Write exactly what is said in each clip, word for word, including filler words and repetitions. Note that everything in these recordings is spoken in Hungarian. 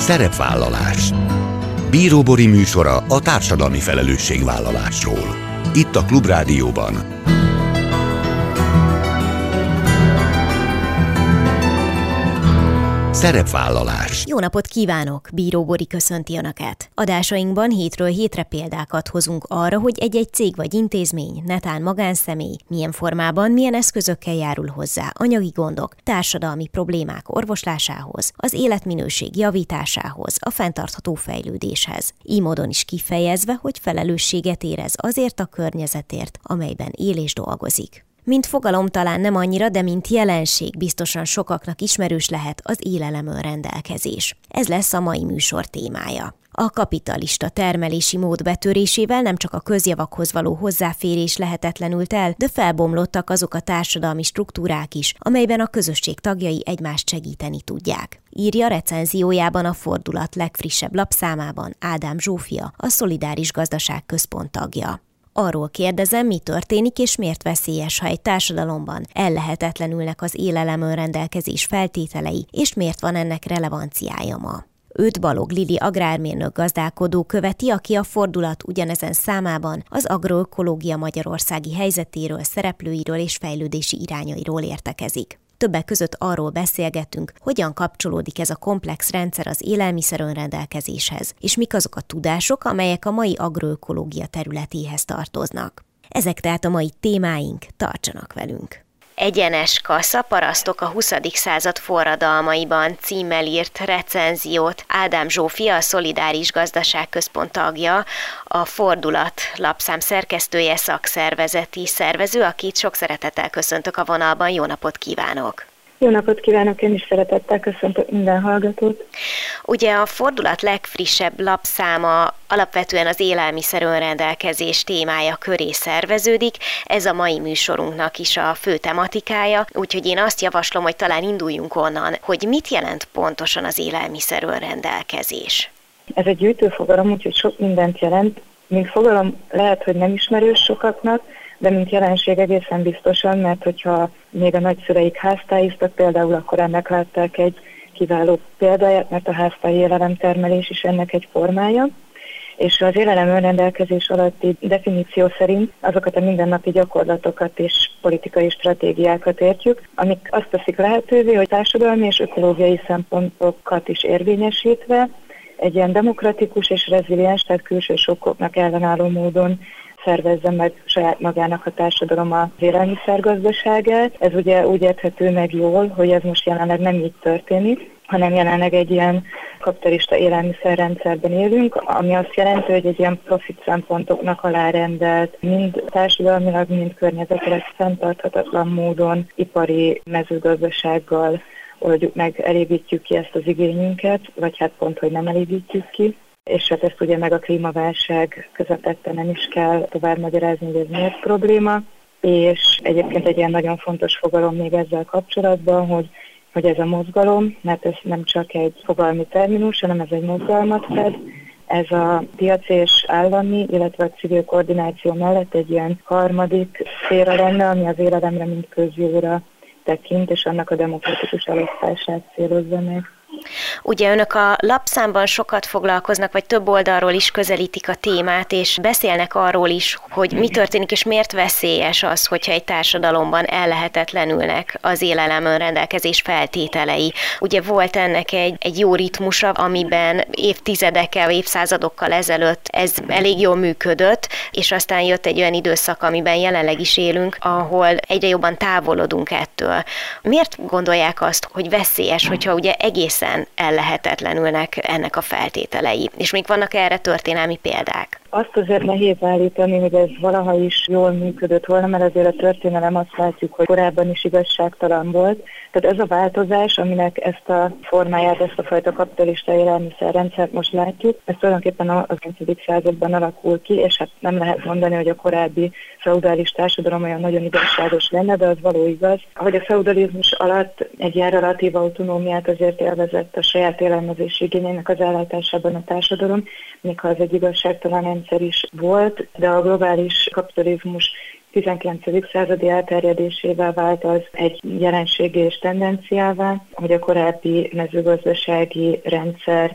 Szerepvállalás. Bíró Bori műsora a társadalmi felelősségvállalásról. Itt a Klubrádióban. Szerepvállalás. Jó napot kívánok! Bíró Bori köszönti Önöket. Adásainkban hétről hétre példákat hozunk arra, hogy egy-egy cég vagy intézmény, netán magánszemély, milyen formában, milyen eszközökkel járul hozzá anyagi gondok, társadalmi problémák orvoslásához, az életminőség javításához, a fenntartható fejlődéshez. Így módon is kifejezve, hogy felelősséget érez azért a környezetért, amelyben él és dolgozik. Mint fogalom talán nem annyira, de mint jelenség biztosan sokaknak ismerős lehet az élelem-önrendelkezés. Ez lesz a mai műsor témája. A kapitalista termelési mód betörésével nem csak a közjavakhoz való hozzáférés lehetetlenült el, de felbomlottak azok a társadalmi struktúrák is, amelyben a közösség tagjai egymást segíteni tudják. Írja recenziójában a Fordulat legfrissebb lapszámában Ádám Zsófia, a Szolidáris Gazdaság Központ tagja. Arról kérdezem, mi történik és miért veszélyes, ha egy társadalomban ellehetetlenülnek az élelem-önrendelkezés feltételei, és miért van ennek relevanciája ma. Őt Balog Lili agrármérnök gazdálkodó követi, aki a Fordulat ugyanezen számában az agroökológia magyarországi helyzetéről, szereplőiről és fejlődési irányairól értekezik. Többek között arról beszélgetünk, hogyan kapcsolódik ez a komplex rendszer az élelmiszer önrendelkezéshez, és mik azok a tudások, amelyek a mai agroökológia területéhez tartoznak. Ezek tehát a mai témáink, tartsanak velünk! Egyenes kassa, parasztok a huszadik század forradalmaiban címmel írt recenziót Ádám Zsófia, a Szolidáris Gazdaság Központ tagja, a Fordulat lapszám szerkesztője, szakszervezeti szervező, akit sok szeretettel köszöntök a vonalban. Jó napot kívánok! Jó napot kívánok, én is szeretettel köszöntök minden hallgatót. Ugye a Fordulat legfrissebb lapszáma alapvetően az élelmiszer önrendelkezés témája köré szerveződik, ez a mai műsorunknak is a fő tematikája, úgyhogy én azt javaslom, hogy talán induljunk onnan, hogy mit jelent pontosan az élelmiszer önrendelkezés. Ez egy gyűjtőfogalom, úgyhogy sok mindent jelent. Mint fogalom lehet, hogy nem ismerős sokaknak, de mint jelenség egészen biztosan, mert hogyha még a nagyszüleik háztályiztak például, akkor ennek látták egy kiváló példáját, mert a háztály élelemtermelés is ennek egy formája. És az élelem önrendelkezés alatti definíció szerint azokat a mindennapi gyakorlatokat és politikai stratégiákat értjük, amik azt teszik lehetővé, hogy társadalmi és ökológiai szempontokat is érvényesítve egy ilyen demokratikus és reziliens, tehát külső sokkoknak ellenálló módon szervezze meg saját magának a társadalom az élelmiszergazdaságát. Ez ugye úgy érthető meg jól, hogy ez most jelenleg nem így történik, hanem jelenleg egy ilyen kapitalista élelmiszerrendszerben élünk, ami azt jelenti, hogy egy ilyen profit szempontoknak alárendelt, mind társadalmilag, mind környezetileg fenntarthatatlan módon ipari mezőgazdasággal oldjuk meg, elégítjük ki ezt az igényünket, vagy hát pont, hogy nem elégítjük ki. És hát ezt ugye meg a klímaválság közepette nem is kell tovább magyarázni, hogy ez miért probléma. És egyébként egy ilyen nagyon fontos fogalom még ezzel kapcsolatban, hogy, hogy ez a mozgalom, mert ez nem csak egy fogalmi terminus, hanem ez egy mozgalmat fed. Ez a piaci és állami, illetve a civil koordináció mellett egy ilyen harmadik szféra lenne, ami az élelemre, mint közjóra tekint, és annak a demokratikus elosztását célozza meg. Ugye önök a lapszámban sokat foglalkoznak, vagy több oldalról is közelítik a témát, és beszélnek arról is, hogy mi történik, és miért veszélyes az, hogyha egy társadalomban ellehetetlenülnek az élelem önrendelkezés feltételei. Ugye volt ennek egy, egy jó ritmusa, amiben évtizedekkel, évszázadokkal ezelőtt ez elég jól működött, és aztán jött egy olyan időszak, amiben jelenleg is élünk, ahol egyre jobban távolodunk ettől. Miért gondolják azt, hogy veszélyes, hogyha ugye egészen ellehetetlenülnek ennek a feltételei? És még vannak erre történelmi példák? Azt azért nehéz állítani, hogy ez valaha is jól működött volna, mert azért a történelem azt látjuk, hogy korábban is igazságtalan volt. Tehát ez a változás, aminek ezt a formáját, ezt a fajta kapitalista élelmiszerrendszert most látjuk, ez tulajdonképpen az huszadik században alakul ki, és hát nem lehet mondani, hogy a korábbi feudális társadalom olyan nagyon igazságos lenne, de az való igaz. Ahogy a feudalizmus alatt egy ilyen relatív autonómiát azért élvezett a saját élelmezési igényének az ellátásában a társadalom, még ha az egy igazságtalan rendszer is volt, de a globális kapitalizmus tizenkilencedik századi elterjedésével vált az egy jelenségé és tendenciává, hogy a korábbi mezőgazdasági rendszer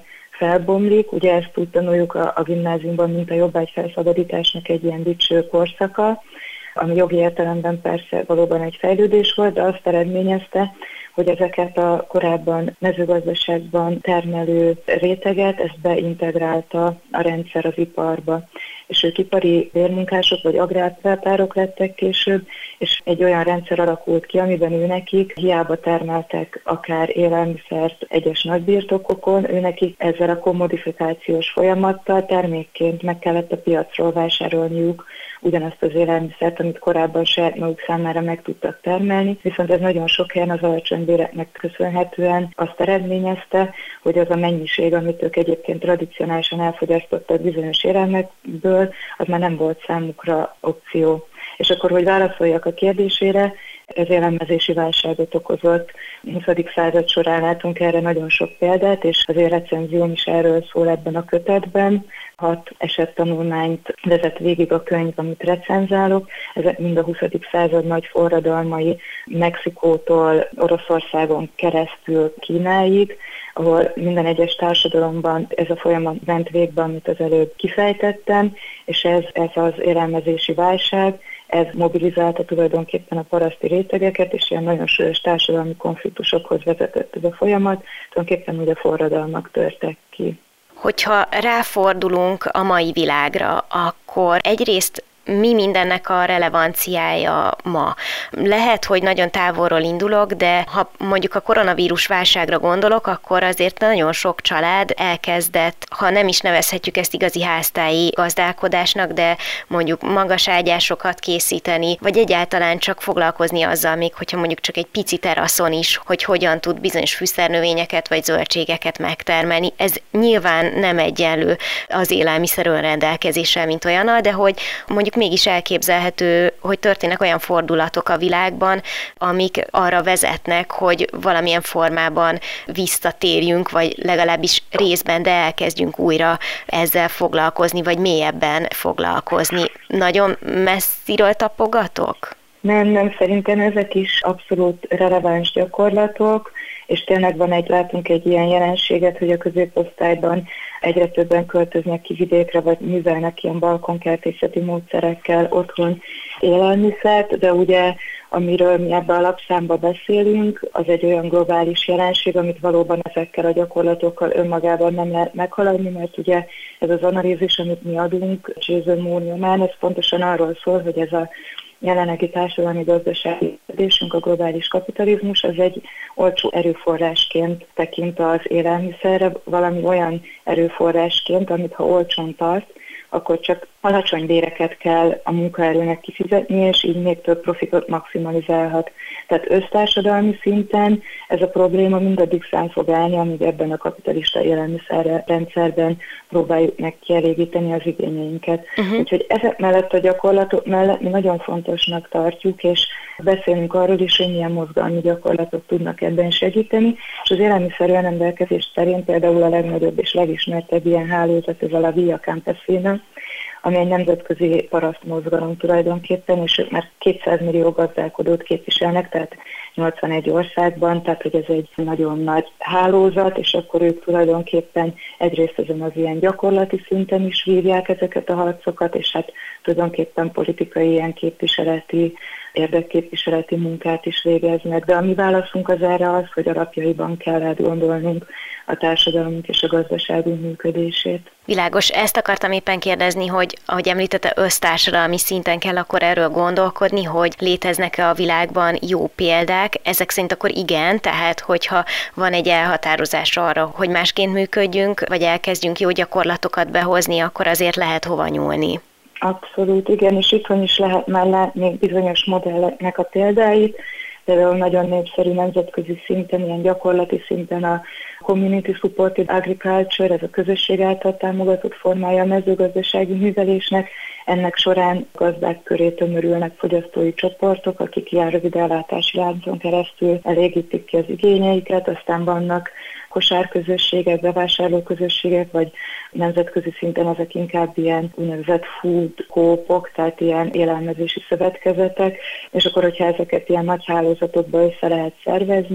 felbomlik. Ugye ezt úgy tanuljuk a, a gimnáziumban, mint a jobbágyfelszabadításnak egy ilyen dicső korszaka, ami jogi értelemben persze valóban egy fejlődés volt, de azt eredményezte, hogy ezeket a korábban mezőgazdaságban termelő réteget, ezt beintegrálta a rendszer az iparba. És ők ipari bérmunkások vagy agrárpárok lettek később, és egy olyan rendszer alakult ki, amiben őnekik hiába termeltek akár élelmiszert egyes nagybirtokokon, őnekik ezzel a kommodifikációs folyamattal termékként meg kellett a piacról vásárolniuk ugyanazt az élelmiszert, amit korábban saját maguk számára meg tudtak termelni, viszont ez nagyon sok helyen az alacsony béreknek köszönhetően azt eredményezte, hogy az a mennyiség, amit ők egyébként tradicionálisan elfogyasztottak bizonyos élelmekből, az már nem volt számukra opció. És akkor, hogy válaszoljak a kérdésére, ez élelmezési válságot okozott. huszadik század során látunk erre nagyon sok példát, és az én recenzióm is erről szól ebben a kötetben. Hat esettanulmányt vezet végig a könyv, amit recenzálok. Ezek mind a huszadik század nagy forradalmai, Mexikótól Oroszországon keresztül Kínáig, ahol minden egyes társadalomban ez a folyamat ment végbe, amit az előbb kifejtettem, és ez, ez az élelmezési válság, ez mobilizálta tulajdonképpen a paraszti rétegeket, és ilyen nagyon súlyos társadalmi konfliktusokhoz vezetett ez a folyamat, tulajdonképpen ugye forradalmak törtek ki. Hogyha ráfordulunk a mai világra, akkor egyrészt mi mindennek a relevanciája ma? Lehet, hogy nagyon távolról indulok, de ha mondjuk a koronavírus válságra gondolok, akkor azért nagyon sok család elkezdett, ha nem is nevezhetjük ezt igazi háztáji gazdálkodásnak, de mondjuk magas ágyásokat készíteni, vagy egyáltalán csak foglalkozni azzal, még hogyha mondjuk csak egy pici teraszon is, hogy hogyan tud bizonyos fűszernövényeket vagy zöldségeket megtermelni. Ez nyilván nem egyenlő az élelmiszer önrendelkezéssel, mint olyannal, de hogy mondjuk mégis elképzelhető, hogy történnek olyan fordulatok a világban, amik arra vezetnek, hogy valamilyen formában visszatérjünk, vagy legalábbis részben, de elkezdjünk újra ezzel foglalkozni, vagy mélyebben foglalkozni. Nagyon messziről tapogatok? Nem, nem, szerintem ezek is abszolút releváns gyakorlatok, és tényleg van egy, látunk egy ilyen jelenséget, hogy a középosztályban egyre többen költöznek ki vidékre, vagy művelnek ilyen balkonkertészeti módszerekkel otthon élelmiszert, de ugye amiről mi ebben a lapszámban beszélünk, az egy olyan globális jelenség, amit valóban ezekkel a gyakorlatokkal önmagában nem lehet meghaladni, mert ugye ez az analízis, amit mi adunk Jason Moore nyomán, ez pontosan arról szól, hogy ez a jelenlegi társadalmi gazdasági kérdésünk, a globális kapitalizmus, az egy olcsó erőforrásként tekint az élelmiszerre, valami olyan erőforrásként, amit ha olcsón tart, akkor csak alacsony béreket kell a munkaerőnek kifizetni, és így még több profitot maximalizálhat. Tehát össztársadalmi szinten ez a probléma mindaddig fenn fog állni, amíg ebben a kapitalista élelmiszerrendszerben próbáljuk meg kielégíteni az igényeinket. Uh-huh. Úgyhogy ezek mellett a gyakorlatok mellett mi nagyon fontosnak tartjuk, és beszélünk arról is, hogy milyen mozgalmi gyakorlatok tudnak ebben segíteni, és az élelmiszer önrendelkezés terén például a legnagyobb és legismertebb ilyen hálózat, ez a La Via Campesina, ami egy nemzetközi parasztmozgalom tulajdonképpen, és ők már kétszáz millió gazdálkodót képviselnek, tehát nyolcvanegy országban, tehát hogy ez egy nagyon nagy hálózat, és akkor ők tulajdonképpen egyrészt ezen az ilyen gyakorlati szinten is vívják ezeket a harcokat, és hát tulajdonképpen politikai ilyen képviseleti, érdekképviseleti munkát is végeznek. De a mi válaszunk az erre az, hogy alapjaiban kell átgondolnunk a társadalmunk és a gazdaságunk működését. Világos, ezt akartam éppen kérdezni, hogy ahogy említette, össztársadalmi szinten kell akkor erről gondolkodni, hogy léteznek-e a világban jó példák. Ezek szerint akkor igen, tehát hogyha van egy elhatározás arra, hogy másként működjünk, vagy elkezdjünk jó gyakorlatokat behozni, akkor azért lehet hova nyúlni. Abszolút, igen, és itthon is lehet már látni bizonyos modelleknek a példáit, például nagyon népszerű nemzetközi szinten, ilyen gyakorlati szinten a Community Supported Agriculture, ez a közösség által támogatott formája a mezőgazdasági művelésnek. Ennek során gazdák köré tömörülnek fogyasztói csoportok, akik ilyen rövid ellátási láncon keresztül elégítik ki az igényeiket, aztán vannak kosárközösségek, bevásárlóközösségek, vagy nemzetközi szinten ezek inkább ilyen úgynevezett food co-opok, tehát ilyen élelmezési szövetkezetek, és akkor, hogyha ezeket ilyen nagy hálózatokba össze lehet szervezni,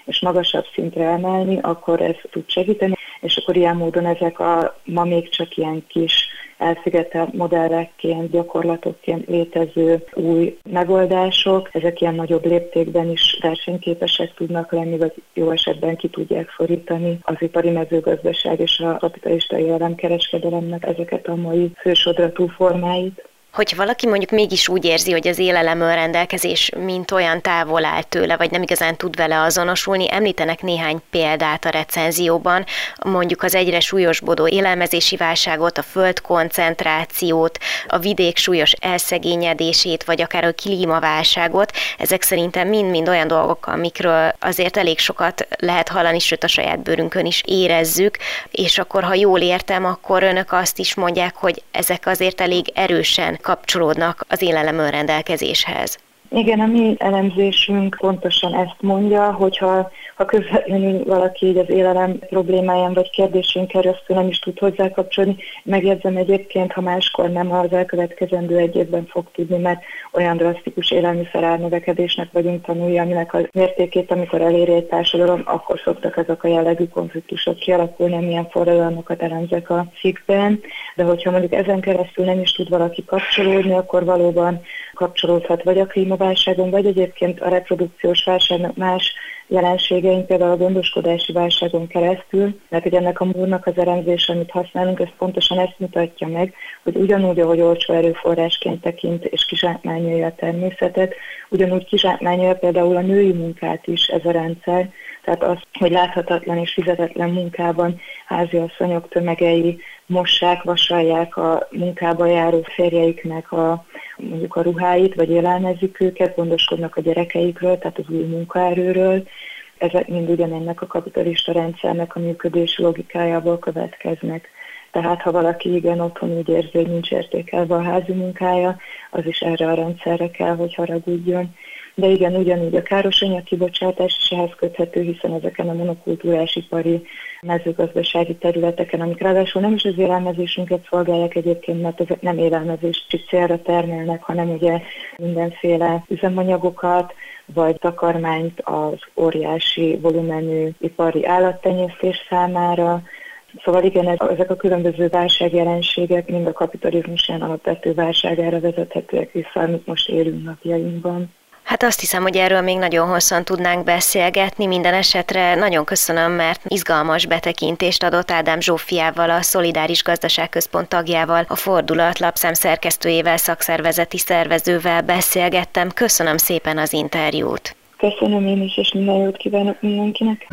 és magasabb szintre emelni, akkor ez tud segíteni, és akkor ilyen módon ezek a ma még csak ilyen kis elszigetelt modellekként, gyakorlatokként létező új megoldások, ezek ilyen nagyobb léptékben is versenyképesek tudnak lenni, vagy jó esetben ki tudják szorítani az ipari mezőgazdaság és a kapitalista élelemkereskedelemnek ezeket a mai fősodratú formáit. Hogyha valaki mondjuk mégis úgy érzi, hogy az élelem önrendelkezés mint olyan távol áll tőle, vagy nem igazán tud vele azonosulni, említenek néhány példát a recenzióban, mondjuk az egyre súlyosbodó élelmezési válságot, a földkoncentrációt, a vidék súlyos elszegényedését, vagy akár a klímaválságot. Ezek szerintem mind-mind olyan dolgok, amikről azért elég sokat lehet hallani, sőt a saját bőrünkön is érezzük, és akkor, ha jól értem, akkor önök azt is mondják, hogy ezek azért elég erősen kapcsolódnak az élelem önrendelkezéshez. Igen, a mi elemzésünk pontosan ezt mondja, hogyha ha közvetlenül valaki így az élelem problémáján vagy kérdésén keresztül nem is tud hozzá kapcsolni, megjegyzem egyébként, ha máskor nem, az elkövetkezendő egy évben fog tudni, mert olyan drasztikus élelmiszer árnövekedésnek vagyunk tanulni, aminek a mértékét, amikor eléri egy társadalom, akkor szoktak ezek a jellegű konfliktusok kialakulni, amilyen forradalmakat elemzek a cikkben, de hogyha mondjuk ezen keresztül nem is tud valaki kapcsolódni, akkor valóban kapcsolódhat vagy a klímaválságon, vagy egyébként a reprodukciós válságnak más jelenségeink, például a gondoskodási válságon keresztül, mert ugye ennek a múrnak az elemzése, amit használunk, ez pontosan ezt mutatja meg, hogy ugyanúgy, ahogy olcsó erőforrásként tekint és kizsákmányolja a természetet, ugyanúgy kizsákmányolja például a női munkát is ez a rendszer, tehát az, hogy láthatatlan és fizetetlen munkában háziasszonyok tömegei mossák, vasalják a munkába járó férjeiknek a, mondjuk a ruháit, vagy élelmezik őket, gondoskodnak a gyerekeikről, tehát az új munkaerőről. Ezek mind ugyanennek a kapitalista rendszernek a működési logikájából következnek. Tehát ha valaki igen otthon úgy érzi, hogy nincs értékelve a házi munkája, az is erre a rendszerre kell, hogy haragudjon. De igen, ugyanúgy a káros anyagkibocsátás is ehhez köthető, hiszen ezeken a monokultúrás ipari mezőgazdasági területeken, amik ráadásul nem is az élelmezésünket szolgálják egyébként, mert ezek nem élelmezési célra termelnek, hanem ugye mindenféle üzemanyagokat, vagy takarmányt az óriási volumenű ipari állattenyésztés számára. Szóval igen, ezek a különböző válságjelenségek mind a kapitalizmus ilyen alapvető válságára vezethetőek vissza, amit most élünk napjainkban. Hát azt hiszem, hogy erről még nagyon hosszan tudnánk beszélgetni. Minden esetre nagyon köszönöm, mert izgalmas betekintést adott Ádám Zsófiával, a Szolidáris Gazdaságközpont tagjával, a Fordulat lapszám szerkesztőjével, szakszervezeti szervezővel beszélgettem. Köszönöm szépen az interjút. Köszönöm én is, és minden jót kívánok mindenkinek.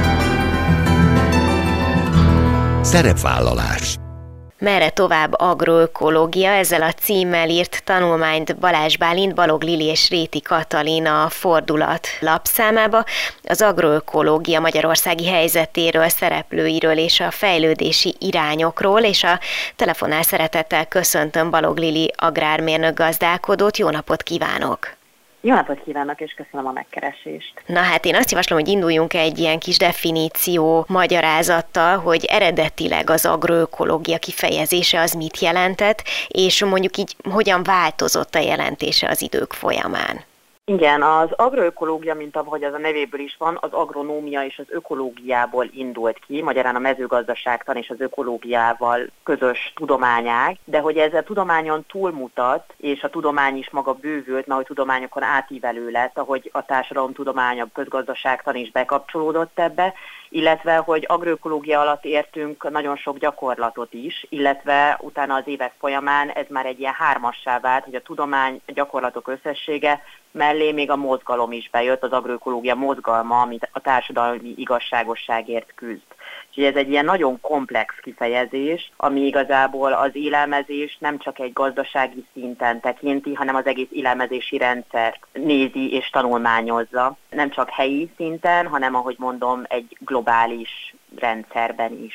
Szerepvállalás. Merre tovább agroökológia, ezzel a címmel írt tanulmányt Balázs Bálint, Balog Lili és Réti Katalina a Fordulat lapszámába. Az agroökológia magyarországi helyzetéről, szereplőiről és a fejlődési irányokról, és a telefonál szeretettel köszöntöm Balog Lili agrármérnök gazdálkodót. Jó napot kívánok! Jó napot kívánok, és köszönöm a megkeresést. Na hát én azt javaslom, hogy induljunk egy ilyen kis definíció magyarázattal, hogy eredetileg az agroökológia kifejezése az mit jelentett, és mondjuk így hogyan változott a jelentése az idők folyamán. Igen, az agroökológia, mint ahogy az a nevéből is van, az agronómia és az ökológiából indult ki, magyarán a mezőgazdaságtan és az ökológiával közös tudományág, de hogy ez a tudományon túlmutat, és a tudomány is maga bővült, mert hogy tudományokon átívelő lett, ahogy a társadalomtudomány, a közgazdaságtan is bekapcsolódott ebbe, illetve hogy agroökológia alatt értünk nagyon sok gyakorlatot is, illetve utána az évek folyamán ez már egy ilyen hármassá vált, hogy a tudomány, a gyakorlatok összessége mellé még a mozgalom is bejött, az agroökológia mozgalma, amit a társadalmi igazságosságért küzd. Úgyhogy ez egy ilyen nagyon komplex kifejezés, ami igazából az élelmezés nem csak egy gazdasági szinten tekinti, hanem az egész élelmezési rendszert nézi és tanulmányozza. Nem csak helyi szinten, hanem ahogy mondom, egy globális rendszerben is.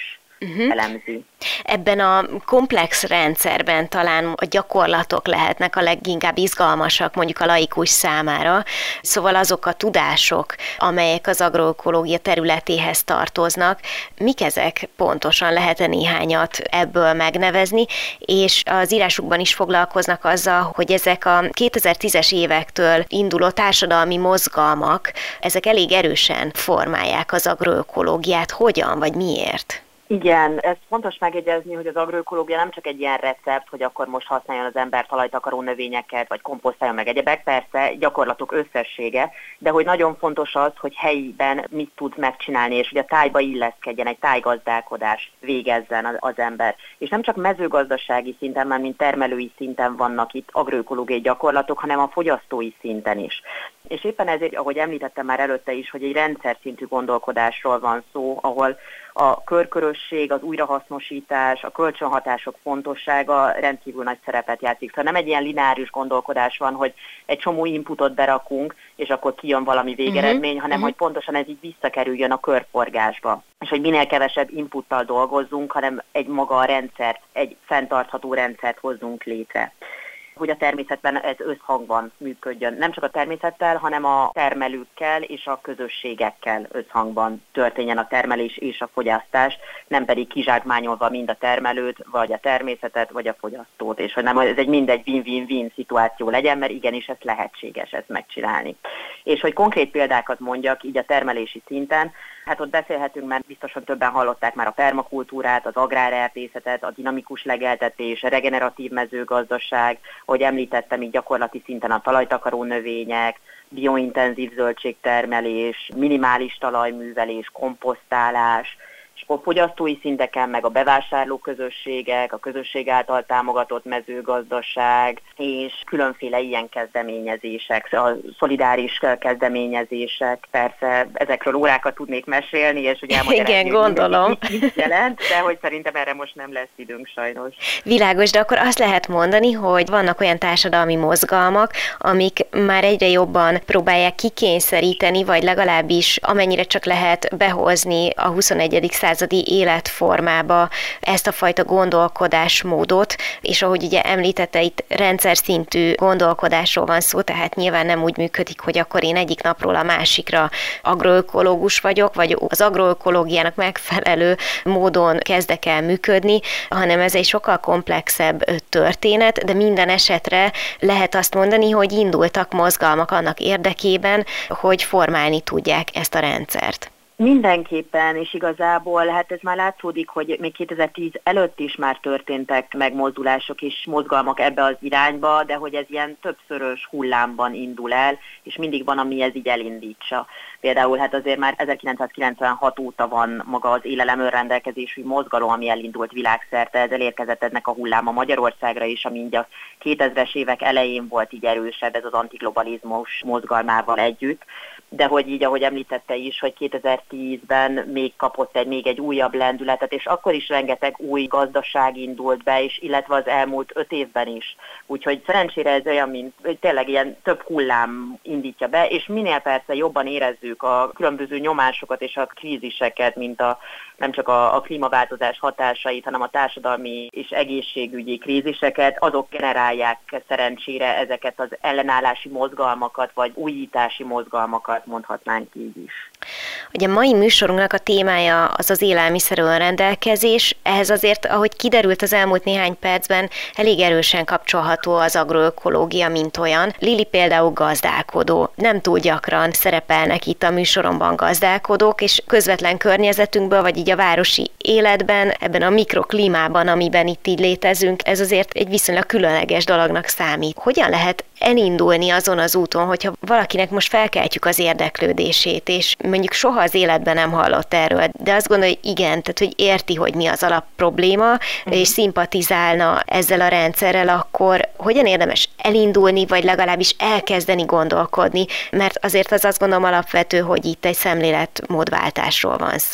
uh-huh. elemző. Ebben a komplex rendszerben talán a gyakorlatok lehetnek a leginkább izgalmasak mondjuk a laikus számára, szóval azok a tudások, amelyek az agroökológia területéhez tartoznak, mik ezek pontosan, lehet-e néhányat ebből megnevezni, és az írásukban is foglalkoznak azzal, hogy ezek a kétezer-tízes évektől induló társadalmi mozgalmak, ezek elég erősen formálják az agroökológiát. Hogyan, vagy miért? Igen, ez fontos megjegyezni, hogy az agroökológia nem csak egy ilyen recept, hogy akkor most használjon az ember talajtakaró növényeket, vagy komposztáljon meg egyebek, persze gyakorlatok összessége, de hogy nagyon fontos az, hogy helyiben mit tud megcsinálni, és hogy a tájba illeszkedjen, egy tájgazdálkodás végezzen az ember. És nem csak mezőgazdasági szinten, már mint termelői szinten vannak itt agroökológiai gyakorlatok, hanem a fogyasztói szinten is. És éppen ezért, ahogy említettem már előtte is, hogy egy rendszer szintű gondolkodásról van szó, ahol a körkörösség, az újrahasznosítás, a kölcsönhatások fontossága rendkívül nagy szerepet játszik. Szóval nem egy ilyen lineáris gondolkodás van, hogy egy csomó inputot berakunk, és akkor kijön valami végeredmény, uh-huh. hanem uh-huh. hogy pontosan ez így visszakerüljön a körforgásba. És hogy minél kevesebb inputtal dolgozzunk, hanem egy maga a rendszert, egy fenntartható rendszert hozzunk létre. Hogy a természetben ez összhangban működjön. Nem csak a természettel, hanem a termelőkkel és a közösségekkel összhangban történjen a termelés és a fogyasztás, nem pedig kizsákmányolva mind a termelőt, vagy a természetet, vagy a fogyasztót, és hogy nem, ez egy mindegy win-win-win szituáció legyen, mert igenis ez lehetséges ezt megcsinálni. És hogy konkrét példákat mondjak így a termelési szinten, hát ott beszélhetünk, mert biztosan többen hallották már a permakultúrát, az agrárerdészetet, a dinamikus legeltetés, a regeneratív mezőgazdaság, ahogy említettem, így gyakorlati szinten a talajtakaró növények, biointenzív zöldségtermelés, minimális talajművelés, komposztálás, és a fogyasztói szinteken meg a bevásárló közösségek, a közösség által támogatott mezőgazdaság, és különféle ilyen kezdeményezések, a szolidáris kezdeményezések, persze ezekről órákat tudnék mesélni, és hogy elmagyarázni, igen, gondolom. Mit, mit jelent, de hogy szerintem erre most nem lesz időnk sajnos. Világos, de akkor azt lehet mondani, hogy vannak olyan társadalmi mozgalmak, amik már egyre jobban próbálják kikényszeríteni, vagy legalábbis amennyire csak lehet behozni a huszonegyedik századi életformába ezt a fajta gondolkodásmódot, és ahogy ugye említette, itt rendszer szintű gondolkodásról van szó, tehát nyilván nem úgy működik, hogy akkor én egyik napról a másikra agroökológus vagyok, vagy az agroökológiának megfelelő módon kezdek el működni, hanem ez egy sokkal komplexebb történet, de minden esetre lehet azt mondani, hogy indultak mozgalmak annak érdekében, hogy formálni tudják ezt a rendszert. Mindenképpen, és igazából hát ez már látszódik, hogy még kétezer-tíz előtt is már történtek megmozdulások és mozgalmak ebbe az irányba, de hogy ez ilyen többszörös hullámban indul el, és mindig van, ami ez így elindítsa. Például hát azért már ezerkilencszázkilencvenhat óta van maga az élelem önrendelkezésű mozgalom, ami elindult világszerte, ez elérkezett ennek a hulláma Magyarországra is, ami így a kétezres évek elején volt így erősebb, ez az antiglobalizmus mozgalmával együtt. De hogy így, ahogy említette is, hogy kétezer-tízben még kapott egy, még egy újabb lendületet, és akkor is rengeteg új gazdaság indult be, és illetve az elmúlt öt évben is. Úgyhogy szerencsére ez olyan, mint hogy tényleg ilyen több hullám indítja be, és minél persze jobban érezzük a különböző nyomásokat és a kríziseket, mint a nem csak a, a klímaváltozás hatásait, hanem a társadalmi és egészségügyi kríziseket, azok generálják szerencsére ezeket az ellenállási mozgalmakat, vagy újítási mozgalmakat, mondhatnánk így is. Ugye a mai műsorunknak a témája az az élelmiszer önrendelkezés, ehhez azért, ahogy kiderült az elmúlt néhány percben, elég erősen kapcsolható az agroökológia, mint olyan. Lili például gazdálkodó. Nem túl gyakran szerepelnek itt a műsoromban gazdálkodók, és közvetlen környezetünkből, vagy így a városi életben, ebben a mikroklímában, amiben itt így létezünk, ez azért egy viszonylag különleges dolognak számít. Hogyan lehet elindulni azon az úton, hogyha valakinek most felkeltjük az érdeklődését, és mondjuk soha az életben nem hallott erről, de azt gondolja, hogy igen, tehát hogy érti, hogy mi az alapprobléma, uh-huh. és szimpatizálna ezzel a rendszerrel, akkor hogyan érdemes elindulni, vagy legalábbis elkezdeni gondolkodni, mert azért az azt gondolom alapvető, hogy itt egy szemléletmódváltásról van szó.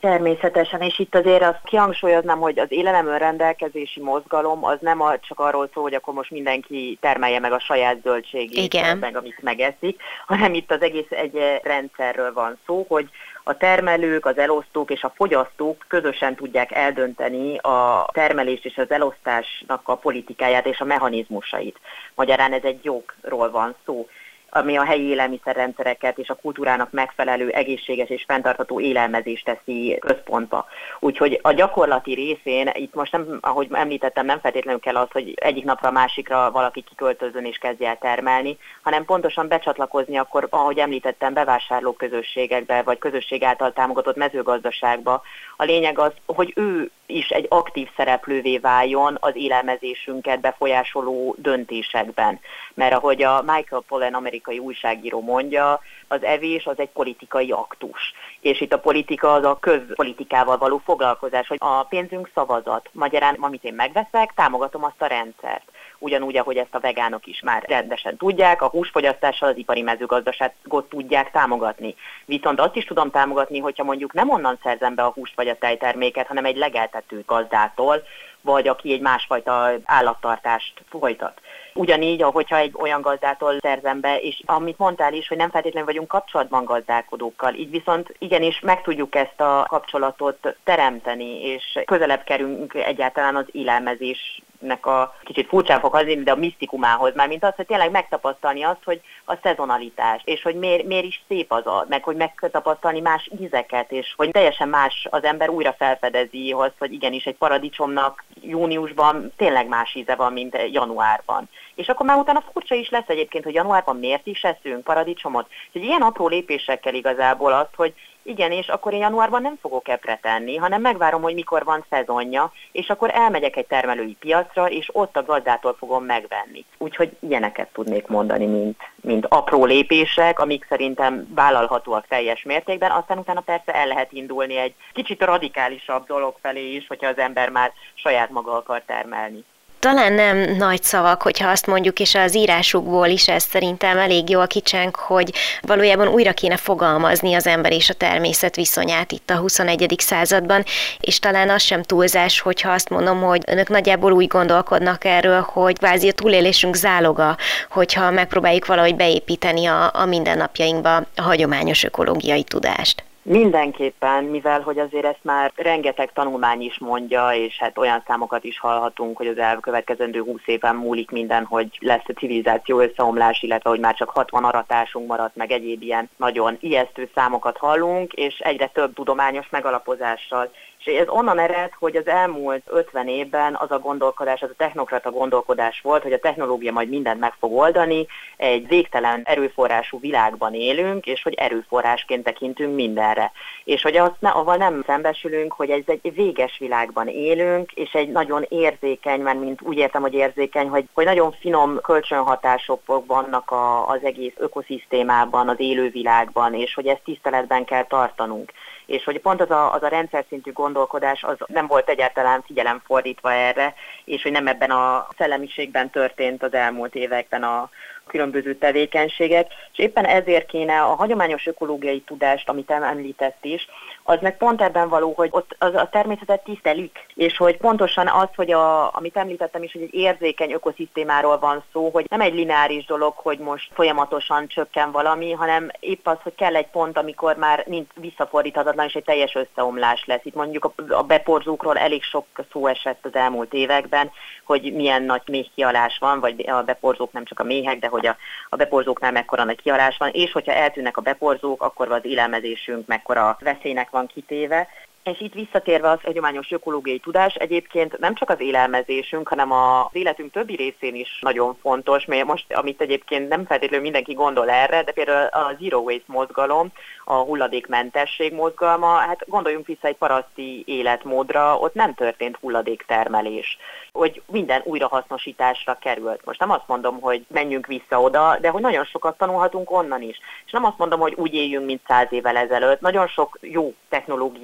Természetesen, és itt azért azt kihangsúlyoznám, hogy az élelem önrendelkezési mozgalom az nem csak arról szól, hogy akkor most mindenki termelje meg a saját zöldségét, Igen. meg amit megeszik, hanem itt az egész egy rendszerről van szó, hogy a termelők, az elosztók és a fogyasztók közösen tudják eldönteni a termelés és az elosztásnak a politikáját és a mechanizmusait. Magyarán ez egy jogról van szó, ami a helyi élelmiszerrendszereket és a kultúrának megfelelő egészséges és fenntartható élelmezést teszi központba. Úgyhogy a gyakorlati részén, itt most nem, ahogy említettem, nem feltétlenül kell az, hogy egyik napra a másikra valaki kiköltözön és kezdje el termelni, hanem pontosan becsatlakozni akkor, ahogy említettem, bevásárlóközösségekbe, vagy közösség által támogatott mezőgazdaságba. A lényeg az, hogy ő is egy aktív szereplővé váljon az élelmezésünket befolyásoló döntésekben. Mert ahogy a Michael Pollan amerikai újságíró mondja, az evés az egy politikai aktus. És itt a politika az a közpolitikával való foglalkozás, hogy a pénzünk szavazat. Magyarán, amit én megveszek, támogatom azt a rendszert. Ugyanúgy, ahogy ezt a vegánok is már rendesen tudják, a húsfogyasztással az ipari mezőgazdaságot tudják támogatni. Viszont azt is tudom támogatni, hogyha mondjuk nem onnan szerzem be a húst vagy a tejterméket, hanem egy legeltető gazdától, vagy aki egy másfajta állattartást folytat. Ugyanígy, ahogyha egy olyan gazdától szerzem be, és amit mondtál is, hogy nem feltétlenül vagyunk kapcsolatban gazdálkodókkal, így viszont igenis meg tudjuk ezt a kapcsolatot teremteni, és közelebb kerülünk egyáltalán az élelmezésnek a kicsit furcsán fog hazni, de a misztikumához, már mint az, hogy tényleg megtapasztalni azt, hogy a szezonalitás, és hogy miért, miért is szép az a, meg hogy megtapasztalni más ízeket, és hogy teljesen más az ember újra felfedezi azt, hogy igenis egy paradicsomnak júniusban tényleg más íze van, mint januárban. És akkor már utána furcsa is lesz egyébként, hogy januárban miért is eszünk paradicsomot. Úgyhogy ilyen apró lépésekkel igazából azt, hogy igen, és akkor én januárban nem fogok epre tenni, hanem megvárom, hogy mikor van szezonja, és akkor elmegyek egy termelői piacra, és ott a gazdától fogom megvenni. Úgyhogy ilyeneket tudnék mondani, mint, mint apró lépések, amik szerintem vállalhatóak teljes mértékben, aztán utána persze el lehet indulni egy kicsit radikálisabb dolog felé is, hogyha az ember már saját maga akar termelni. Talán nem nagy szavak, hogyha azt mondjuk, és az írásukból is ez szerintem elég jó a kicsánk, hogy valójában újra kéne fogalmazni az ember és a természet viszonyát itt a huszonegyedik században, és talán az sem túlzás, hogyha azt mondom, hogy önök nagyjából úgy gondolkodnak erről, hogy kvázi a túlélésünk záloga, hogyha megpróbáljuk valahogy beépíteni a, a mindennapjainkba a hagyományos ökológiai tudást. Mindenképpen, mivel hogy azért ezt már rengeteg tanulmány is mondja, és hát olyan számokat is hallhatunk, hogy az elkövetkezendő húsz éven múlik minden, hogy lesz a civilizáció összeomlás, illetve hogy már csak hatvan aratásunk maradt, meg egyéb ilyen nagyon ijesztő számokat hallunk, és egyre több tudományos megalapozással. És ez onnan ered, hogy az elmúlt ötven évben az a gondolkodás, az a technokrata gondolkodás volt, hogy a technológia majd mindent meg fog oldani, egy végtelen erőforrású világban élünk, és hogy erőforrásként tekintünk mindenre. És hogy azt ne, avval nem szembesülünk, hogy ez egy véges világban élünk, és egy nagyon érzékeny, mert mint úgy értem, hogy érzékeny, hogy, hogy nagyon finom kölcsönhatások vannak a, az egész ökoszisztémában, az élővilágban, és hogy ezt tiszteletben kell tartanunk. És hogy pont az a, az a rendszer szintű gondolkodás az nem volt egyáltalán figyelem fordítva erre, és hogy nem ebben a szellemiségben történt az elmúlt években a különböző tevékenységek, és éppen ezért kéne a hagyományos ökológiai tudást, amit említett is, az meg pont ebben való, hogy ott az a természetet tisztelik, és hogy pontosan az, hogy a, amit említettem is, hogy egy érzékeny ökoszisztémáról van szó, hogy nem egy lineáris dolog, hogy most folyamatosan csökken valami, hanem épp az, hogy kell egy pont, amikor már nincs visszafordíthatatlan, és egy teljes összeomlás lesz. Itt mondjuk a, a beporzókról elég sok szó esett az elmúlt években, hogy milyen nagy méhkihalás van, vagy a beporzók nem csak a méhek, de hogy a, a beporzóknál mekkora nagy kihalás van, és hogyha eltűnnek a beporzók, akkor az élelmezésünk mekkora veszélynek van kitéve. És itt visszatérve az hagyományos ökológiai tudás, egyébként nem csak az élelmezésünk, hanem az életünk többi részén is nagyon fontos, mert most, amit egyébként nem feltétlenül mindenki gondol erre, de például a Zero Waste mozgalom, a hulladékmentesség mozgalma, hát gondoljunk vissza egy paraszti életmódra, ott nem történt hulladéktermelés, hogy minden újrahasznosításra került. Most nem azt mondom, hogy menjünk vissza oda, de hogy nagyon sokat tanulhatunk onnan is. És nem azt mondom, hogy úgy éljünk, mint száz évvel ezelőtt. Nagyon sok jó technológiai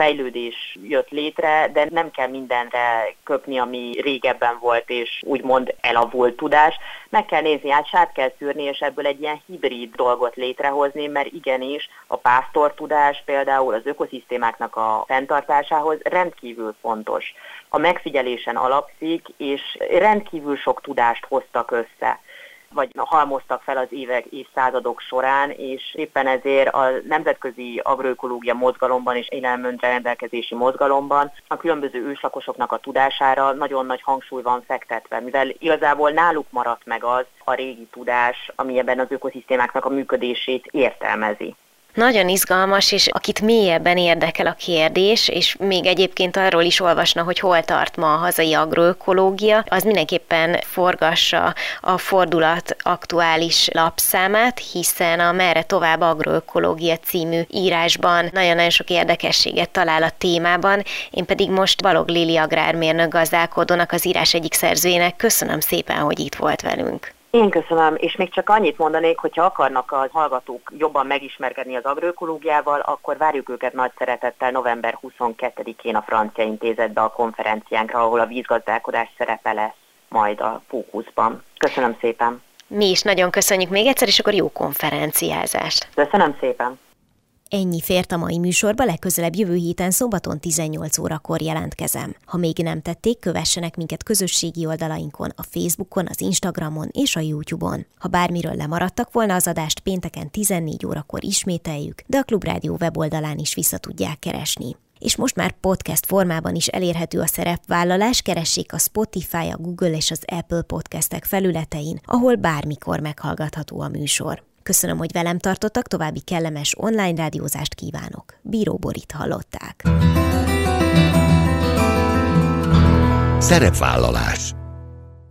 fejlődés jött létre, de nem kell mindenre köpni, ami régebben volt, és úgymond elavult tudás. Meg kell nézni, át sát kell szűrni, és ebből egy ilyen hibrid dolgot létrehozni, mert igenis a pásztortudás például az ökoszisztémáknak a fenntartásához rendkívül fontos. A megfigyelésen alapszik, és rendkívül sok tudást hoztak össze, vagy halmoztak fel az évek, évszázadok során, és éppen ezért a nemzetközi agroökológia mozgalomban és élelmiszerrendelkezési mozgalomban a különböző őslakosoknak a tudására nagyon nagy hangsúly van fektetve, mivel igazából náluk maradt meg az a régi tudás, ami ebben az ökoszisztémáknak a működését értelmezi. Nagyon izgalmas, és akit mélyebben érdekel a kérdés, és még egyébként arról is olvasna, hogy hol tart ma a hazai agroökológia, az mindenképpen forgassa a Fordulat aktuális lapszámát, hiszen a Merre tovább agroökológia című írásban nagyon-nagyon sok érdekességet talál a témában. Én pedig most Balog Lili agrármérnök gazdálkodónak, az írás egyik szerzőjének köszönöm szépen, hogy itt volt velünk. Én köszönöm, és még csak annyit mondanék, hogyha akarnak a hallgatók jobban megismerkedni az agroökológiával, akkor várjuk őket nagy szeretettel november huszonkettedikén a Francia Intézetbe a konferenciánkra, ahol a vízgazdálkodás szerepe lesz majd a fókuszban. Köszönöm szépen! Mi is nagyon köszönjük még egyszer, és akkor jó konferenciázást! Köszönöm szépen! Ennyi fért a mai műsorba, legközelebb jövő héten szombaton tizennyolc órakor jelentkezem. Ha még nem tették, kövessenek minket közösségi oldalainkon, a Facebookon, az Instagramon és a YouTube-on. Ha bármiről lemaradtak volna, az adást pénteken tizennégy órakor ismételjük, de a Klubrádió weboldalán is vissza tudják keresni. És most már podcast formában is elérhető a szerepvállalás, keressék a Spotify, a Google és az Apple podcastek felületein, ahol bármikor meghallgatható a műsor. Köszönöm, hogy velem tartottak, további kellemes online rádiózást kívánok. Bíró Borit hallották. Szerepvállalás.